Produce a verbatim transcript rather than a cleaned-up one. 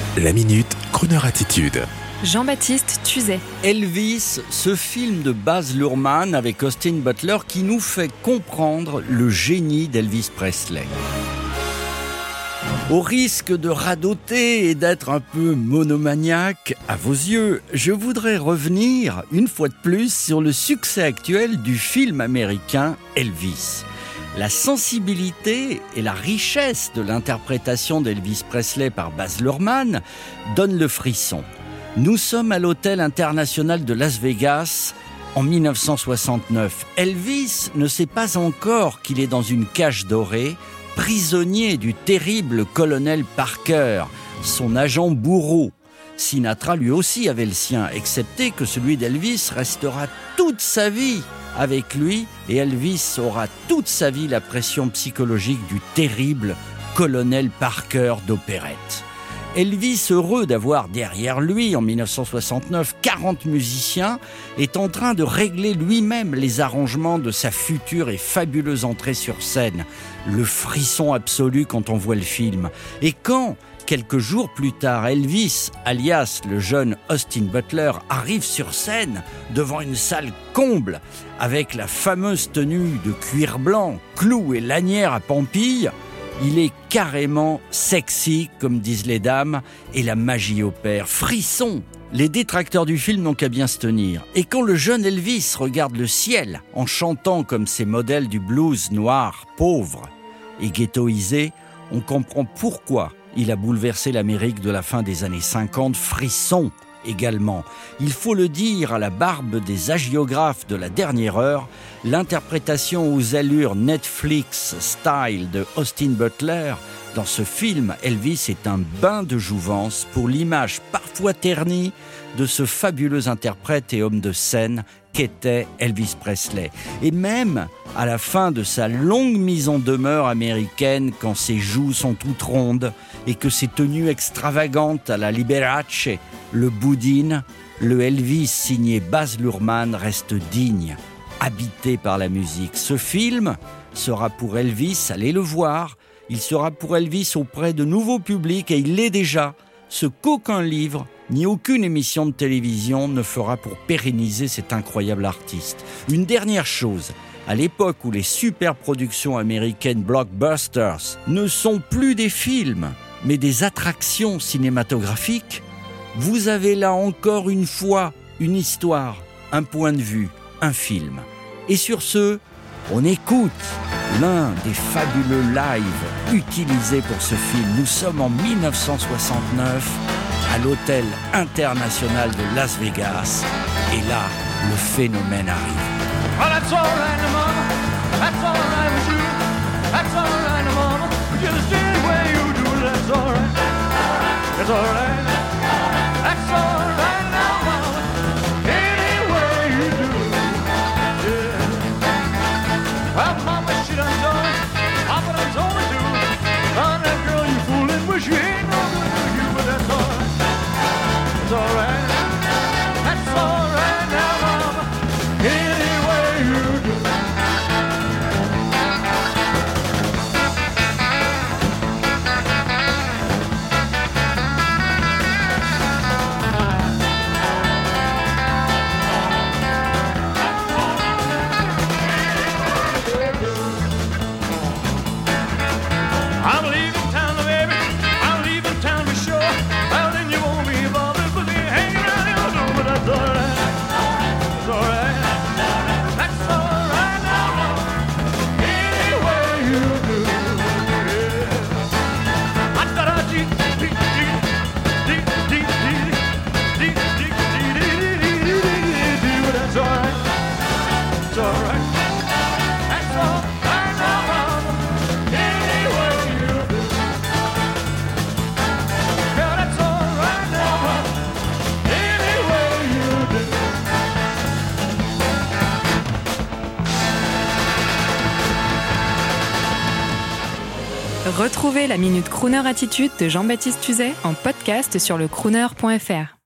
La Minute Crooner Attitude. Jean-Baptiste Tuzet. Elvis, ce film de Baz Luhrmann avec Austin Butler qui nous fait comprendre le génie d'Elvis Presley. Au risque de radoter et d'être un peu monomaniaque à vos yeux, je voudrais revenir une fois de plus sur le succès actuel du film américain Elvis. La sensibilité et la richesse de l'interprétation d'Elvis Presley par Baz Luhrmann donnent le frisson. Nous sommes à l'hôtel international de Las Vegas en dix-neuf cent soixante-neuf. Elvis ne sait pas encore qu'il est dans une cage dorée, prisonnier du terrible colonel Parker, son agent bourreau. Sinatra lui aussi avait le sien, excepté que celui d'Elvis restera toute sa vie avec lui, et Elvis aura toute sa vie la pression psychologique du terrible colonel Parker d'opérette. Elvis, heureux d'avoir derrière lui, en dix-neuf cent soixante-neuf, quarante musiciens, est en train de régler lui-même les arrangements de sa future et fabuleuse entrée sur scène. Le frisson absolu quand on voit le film. Et quand, quelques jours plus tard, Elvis, alias le jeune Austin Butler, arrive sur scène devant une salle comble, avec la fameuse tenue de cuir blanc, clous et lanière à pampilles, il est carrément sexy, comme disent les dames, et la magie opère. Frisson! Les détracteurs du film n'ont qu'à bien se tenir. Et quand le jeune Elvis regarde le ciel, en chantant comme ces modèles du blues noir, pauvres et ghettoisés, on comprend pourquoi il a bouleversé l'Amérique de la fin des années cinquante. Frisson également. Il faut le dire à la barbe des hagiographes de la dernière heure, l'interprétation aux allures Netflix style de Austin Butler dans ce film Elvis est un bain de jouvence pour l'image parfois ternie de ce fabuleux interprète et homme de scène qu'était Elvis Presley. Et même à la fin de sa longue mise en demeure américaine, quand ses joues sont toutes rondes et que ses tenues extravagantes à la Liberace le boudinent, le Elvis signé Baz Luhrmann reste digne, habité par la musique. Ce film sera pour Elvis, allez le voir, il sera pour Elvis auprès de nouveaux publics et il l'est déjà, ce qu'aucun livre ni aucune émission de télévision ne fera pour pérenniser cet incroyable artiste. Une dernière chose, à l'époque où les superproductions américaines blockbusters ne sont plus des films, mais des attractions cinématographiques, vous avez là encore une fois une histoire, un point de vue, un film. Et sur ce, on écoute l'un des fabuleux lives utilisés pour ce film. Nous sommes en dix-neuf cent soixante-neuf à l'hôtel international de Las Vegas. Et là, le phénomène arrive. Well, that's all right, mama. That's all right with you. That's all right, mama. You just stay the way you do. That's all right. That's all right. That's all right now, mama. Any way you do. Yeah. Well, mama, she done done. Papa done told me to. On that girl you fooling, but she ain't no good to you. But that's all right. That's all right. That's all right now, mama. Any way you do. I'm leaving town, baby. I'm leaving town for sure. Well, then you won't be bothered with me hanging around your door, but that's all right. That's all right. That's all right now, mama. Any way you do. Yeah. I got a deep, deep, deep, deep, deep, deep, deep, deep, deep, deep, deep, deep, but that's all right. That's all right. That's all right now, mama. Any way you do. Yeah, that's all right now, mama. Any way you do. Retrouvez la Minute Crooner Attitude de Jean-Baptiste Tuzet en podcast sur le crooner point f r.